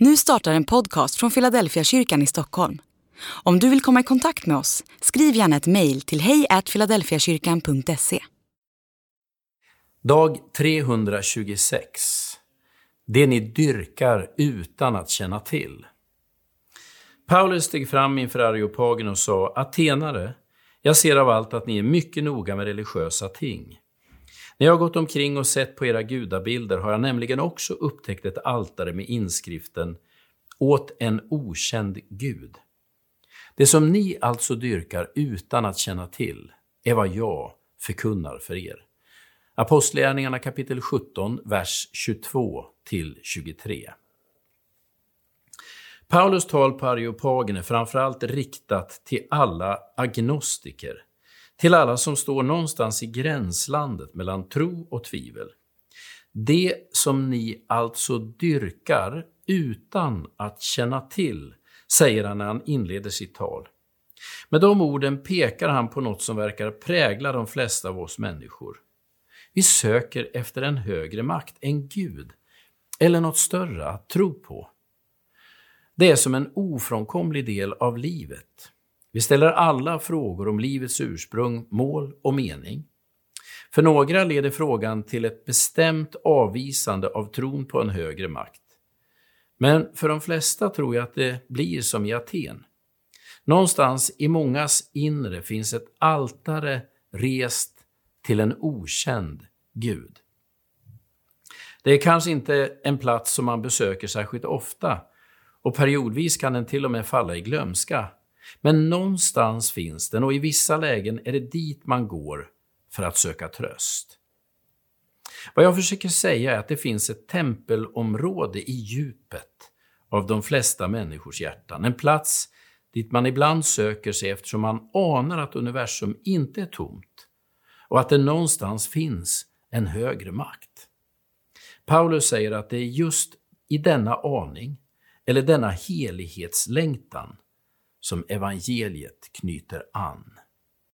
Nu startar en podcast från Philadelphia kyrkan i Stockholm. Om du vill komma i kontakt med oss, skriv gärna ett mejl till hej@philadelphiakyrkan.se. Dag 326. Det ni dyrkar utan att känna till. Paulus steg fram inför Areopagen och sa: Atenare, jag ser av allt att ni är mycket noga med religiösa ting. När jag har gått omkring och sett på era gudabilder har jag nämligen också upptäckt ett altare med inskriften åt en okänd Gud. Det som ni alltså dyrkar utan att känna till är vad jag förkunnar för er. Apostlagärningarna kapitel 17, vers 22-23. Paulus tal på Areopagen är framförallt riktat till alla agnostiker, till alla som står någonstans i gränslandet mellan tro och tvivel. Det som ni alltså dyrkar utan att känna till, säger han när han inleder sitt tal. Med de orden pekar han på något som verkar prägla de flesta av oss människor. Vi söker efter en högre makt, en Gud, eller något större att tro på. Det är som en ofrånkomlig del av livet. Vi ställer alla frågor om livets ursprung, mål och mening. För några leder frågan till ett bestämt avvisande av tron på en högre makt. Men för de flesta tror jag att det blir som i Aten. Någonstans i mångas inre finns ett altare rest till en okänd Gud. Det är kanske inte en plats som man besöker särskilt ofta, och periodvis kan den till och med falla i glömska. Men någonstans finns den, och i vissa lägen är det dit man går för att söka tröst. Vad jag försöker säga är att det finns ett tempelområde i djupet av de flesta människors hjärtan. En plats dit man ibland söker sig eftersom man anar att universum inte är tomt och att det någonstans finns en högre makt. Paulus säger att det är just i denna aning, eller denna helighetslängtan, som evangeliet knyter an.